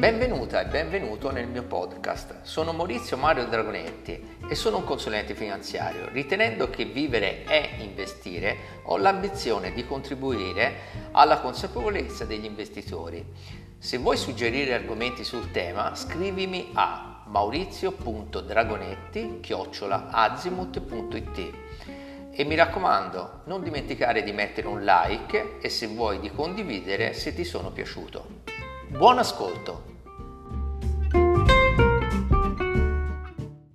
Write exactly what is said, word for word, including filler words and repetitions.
Benvenuta e benvenuto nel mio podcast. Sono Maurizio Mario Dragonetti e sono un consulente finanziario. Ritenendo che vivere è investire, ho l'ambizione di contribuire alla consapevolezza degli investitori. Se vuoi suggerire argomenti sul tema, scrivimi a maurizio punto dragonetti chiocciola azimut punto it. E mi raccomando, non dimenticare di mettere un like e se vuoi di condividere se ti sono piaciuto. Buon ascolto!